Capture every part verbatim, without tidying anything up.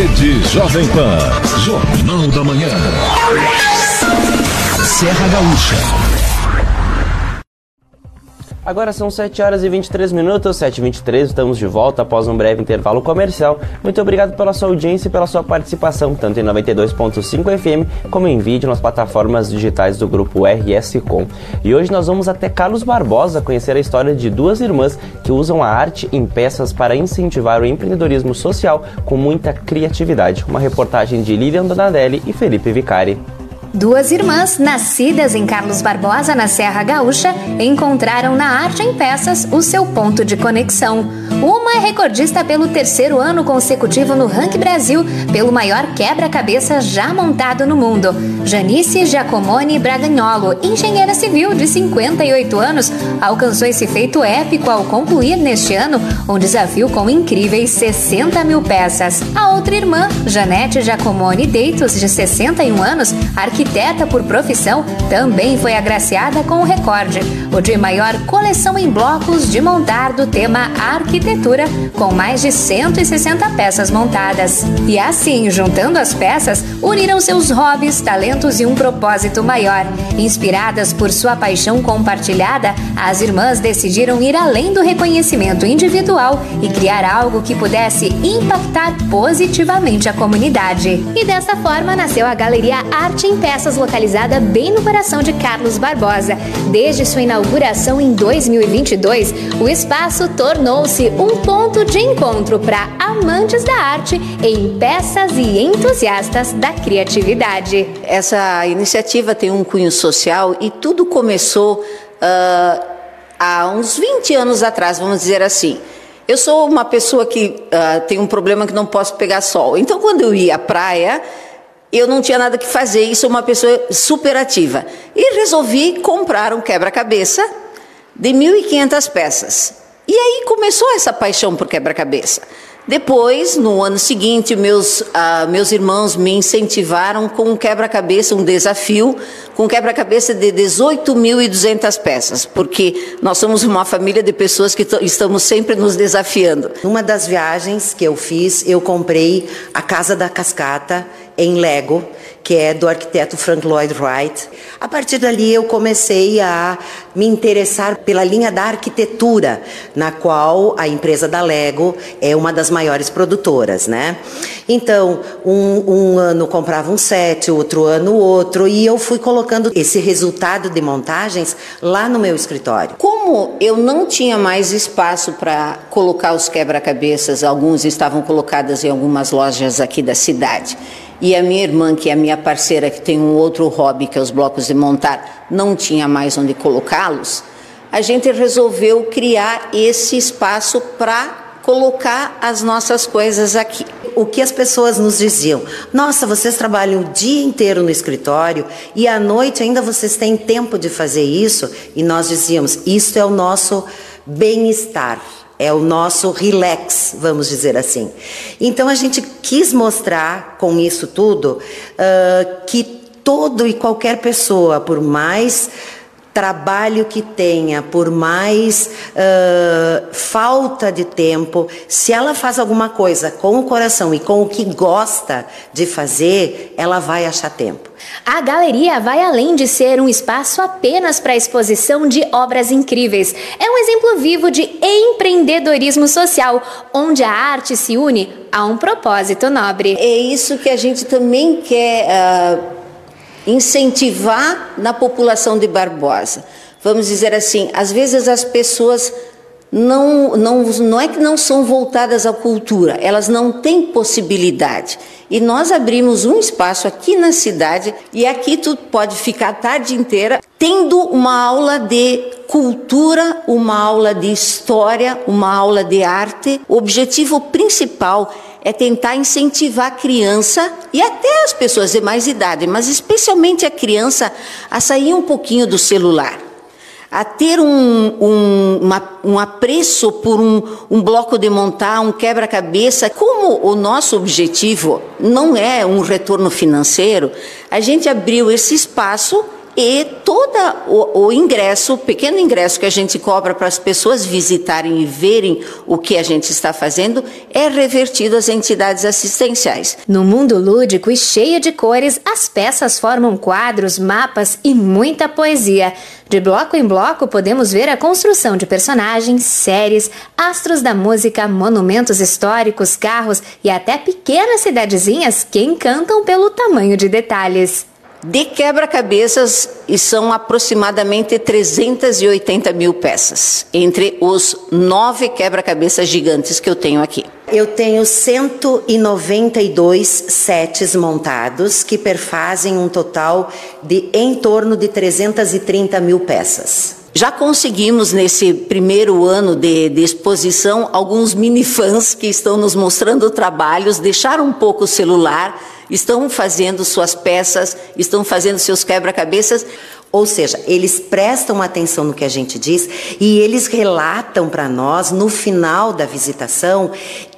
Rede Jovem Pan, Jornal da Manhã. Serra Gaúcha. Agora são sete horas e vinte e três minutos, sete e vinte e três, estamos de volta após um breve intervalo comercial. Muito obrigado pela sua audiência e pela sua participação, tanto em noventa e dois ponto cinco F M, como em vídeo nas plataformas digitais do grupo R S Com. E hoje nós vamos até Carlos Barbosa conhecer a história de duas irmãs que usam a arte em peças para incentivar o empreendedorismo social com muita criatividade. Uma reportagem de Lilian Donadelli e Felipe Vicari. Duas irmãs, nascidas em Carlos Barbosa, na Serra Gaúcha, encontraram na arte em peças o seu ponto de conexão. Uma é recordista pelo terceiro ano consecutivo no Ranking Brasil, pelo maior quebra-cabeça já montado no mundo. Janice Giacomoni Bragagnolo, engenheira civil de cinquenta e oito anos, alcançou esse feito épico ao concluir neste ano um desafio com incríveis sessenta mil peças. A outra irmã, Janete Giacomoni Deitos, de sessenta e um anos, arquiteta por profissão, também foi agraciada com o recorde, o de maior coleção em blocos de montar do tema arquitetura, com mais de cento e sessenta peças montadas. E assim, juntando as peças, uniram seus hobbies, talentos e um propósito maior. Inspiradas por sua paixão compartilhada, as irmãs decidiram ir além do reconhecimento individual e criar algo que pudesse impactar positivamente a comunidade. E dessa forma nasceu a Galeria Arte em Peças, localizada bem no coração de Carlos Barbosa. Desde sua inauguração em dois mil e vinte e dois, o espaço tornou-se um ponto de encontro para amantes da arte em peças e entusiastas da criatividade. Essa iniciativa tem um cunho social e tudo começou uh, há uns vinte anos atrás, vamos dizer assim. Eu sou uma pessoa que uh, tem um problema que não posso pegar sol. Então, quando eu ia à praia, eu não tinha nada que fazer e sou uma pessoa super ativa. E resolvi comprar um quebra-cabeça de mil e quinhentas peças. E aí começou essa paixão por quebra-cabeça. Depois, no ano seguinte, meus, uh, meus irmãos me incentivaram com um quebra-cabeça, um desafio, com um quebra-cabeça de dezoito mil e duzentas peças, porque nós somos uma família de pessoas que estamos sempre nos desafiando. Numa das viagens que eu fiz, eu comprei a Casa da Cascata em Lego, que é do arquiteto Frank Lloyd Wright. A partir dali eu comecei a me interessar pela linha da arquitetura, na qual a empresa da Lego é uma das maiores produtoras, né? Então, um, um ano comprava um set, outro ano outro, e eu fui colocando esse resultado de montagens lá no meu escritório. Como eu não tinha mais espaço para colocar os quebra-cabeças, alguns estavam colocados em algumas lojas aqui da cidade, e a minha irmã, que é a minha parceira, que tem um outro hobby, que é os blocos de montar, não tinha mais onde colocá-los, a gente resolveu criar esse espaço para colocar as nossas coisas aqui. O que as pessoas nos diziam: nossa, vocês trabalham o dia inteiro no escritório e à noite ainda vocês têm tempo de fazer isso? E nós dizíamos: isso é o nosso bem-estar. É o nosso relax, vamos dizer assim. Então a gente quis mostrar com isso tudo uh, que todo e qualquer pessoa, por mais trabalho que tenha, por mais uh, falta de tempo, se ela faz alguma coisa com o coração e com o que gosta de fazer, ela vai achar tempo. A galeria vai além de ser um espaço apenas para exposição de obras incríveis. É um exemplo vivo de empreendedorismo social, onde a arte se une a um propósito nobre. É isso que a gente também quer uh, incentivar na população de Barbosa. Vamos dizer assim, às vezes as pessoas não, não, não é que não são voltadas à cultura, elas não têm possibilidade. E nós abrimos um espaço aqui na cidade, e aqui tu pode ficar a tarde inteira tendo uma aula de cultura, uma aula de história, uma aula de arte. O objetivo principal é tentar incentivar a criança e até as pessoas de mais idade, mas especialmente a criança, a sair um pouquinho do celular, a ter um, um, uma, um apreço por um, um bloco de montar, um quebra-cabeça. Como o nosso objetivo não é um retorno financeiro, a gente abriu esse espaço E todo o, o ingresso, o pequeno ingresso que a gente cobra para as pessoas visitarem e verem o que a gente está fazendo, é revertido às entidades assistenciais. No mundo lúdico e cheio de cores, as peças formam quadros, mapas e muita poesia. De bloco em bloco, podemos ver a construção de personagens, séries, astros da música, monumentos históricos, carros e até pequenas cidadezinhas que encantam pelo tamanho de detalhes. De quebra-cabeças, e são aproximadamente trezentas e oitenta mil peças, entre os nove quebra-cabeças gigantes que eu tenho aqui. Eu tenho cento e noventa e dois sets montados, que perfazem um total de em torno de trezentas e trinta mil peças. Já conseguimos, nesse primeiro ano de, de exposição, alguns mini-fãs que estão nos mostrando trabalhos, deixaram um pouco o celular, estão fazendo suas peças, estão fazendo seus quebra-cabeças. Ou seja, eles prestam atenção no que a gente diz e eles relatam para nós, no final da visitação,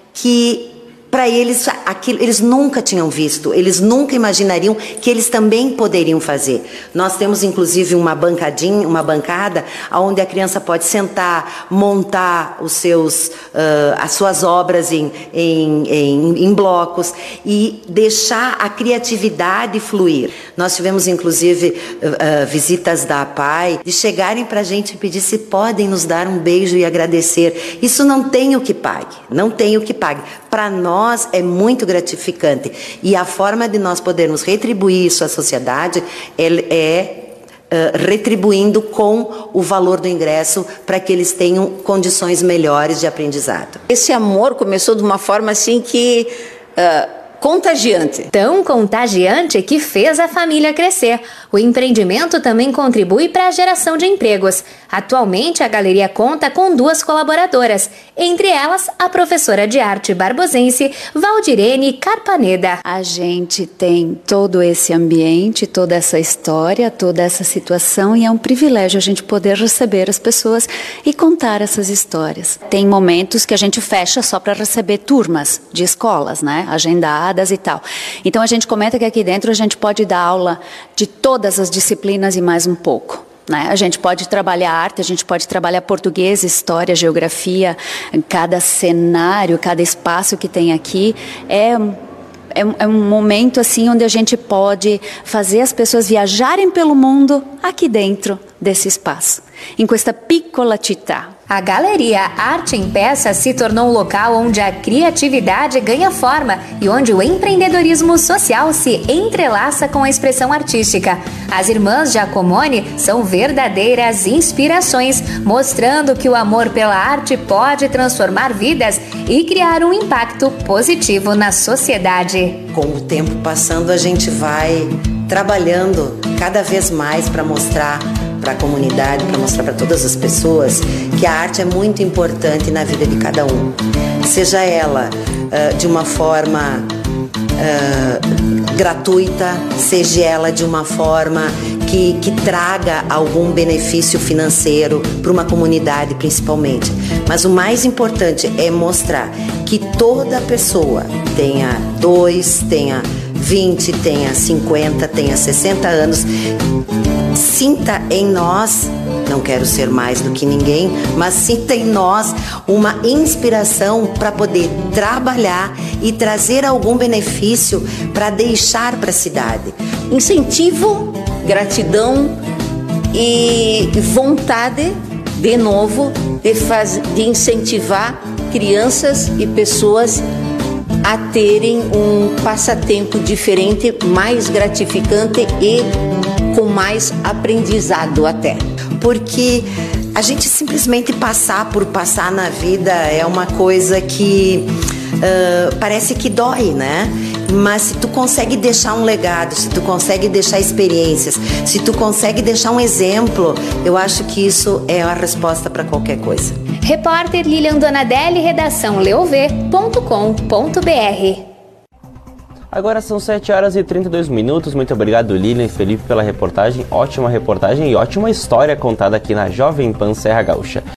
que para eles aquilo, eles nunca tinham visto, eles nunca imaginariam que eles também poderiam fazer. Nós temos inclusive uma bancadinha, uma bancada onde a criança pode sentar, montar os seus, uh, as suas obras em, em, em, em blocos e deixar a criatividade fluir. Nós tivemos inclusive uh, uh, visitas da A P A I de chegarem para a gente e pedir se podem nos dar um beijo e agradecer. Isso não tem o que pague, não tem o que pague. Para nós é muito gratificante e a forma de nós podermos retribuir isso à sociedade é, é uh, retribuindo com o valor do ingresso para que eles tenham condições melhores de aprendizado. Esse amor começou de uma forma assim que uh, contagiante. Tão contagiante que fez a família crescer. O empreendimento também contribui para a geração de empregos. Atualmente, a galeria conta com duas colaboradoras, entre elas a professora de arte barbosense Valdirene Carpaneda. A gente tem todo esse ambiente, toda essa história, toda essa situação e é um privilégio a gente poder receber as pessoas e contar essas histórias. Tem momentos que a gente fecha só para receber turmas de escolas, né, agendadas e tal. Então a gente comenta que aqui dentro a gente pode dar aula de todas as disciplinas e mais um pouco. Né? A gente pode trabalhar arte, a gente pode trabalhar português, história, geografia, cada cenário, cada espaço que tem aqui é, é, é um momento assim onde a gente pode fazer as pessoas viajarem pelo mundo aqui dentro desse espaço, em questa piccola città. A Galeria Arte em Peças se tornou um local onde a criatividade ganha forma e onde o empreendedorismo social se entrelaça com a expressão artística. As irmãs Giacomoni são verdadeiras inspirações, mostrando que o amor pela arte pode transformar vidas e criar um impacto positivo na sociedade. Com o tempo passando, a gente vai trabalhando cada vez mais para mostrar para a comunidade, para mostrar para todas as pessoas que a arte é muito importante na vida de cada um. Seja ela uh, de uma forma uh, gratuita, seja ela de uma forma que, que traga algum benefício financeiro para uma comunidade principalmente. Mas o mais importante é mostrar que toda pessoa tenha dois, tenha vinte, tenha cinquenta, tenha sessenta anos, sinta em nós, não quero ser mais do que ninguém, mas sinta em nós uma inspiração para poder trabalhar e trazer algum benefício para deixar para a cidade. Incentivo, gratidão e vontade, de novo, de, faz, de incentivar crianças e pessoas a terem um passatempo diferente, mais gratificante e com mais aprendizado até. Porque a gente simplesmente passar por passar na vida é uma coisa que uh, parece que dói, né? Mas se tu consegue deixar um legado, se tu consegue deixar experiências, se tu consegue deixar um exemplo, eu acho que isso é a resposta para qualquer coisa. Repórter Lilian Donadelli, redação leov ponto com ponto br. Agora são sete horas e trinta e dois minutos. Muito obrigado, Lilian e Felipe, pela reportagem. Ótima reportagem e ótima história contada aqui na Jovem Pan Serra Gaúcha.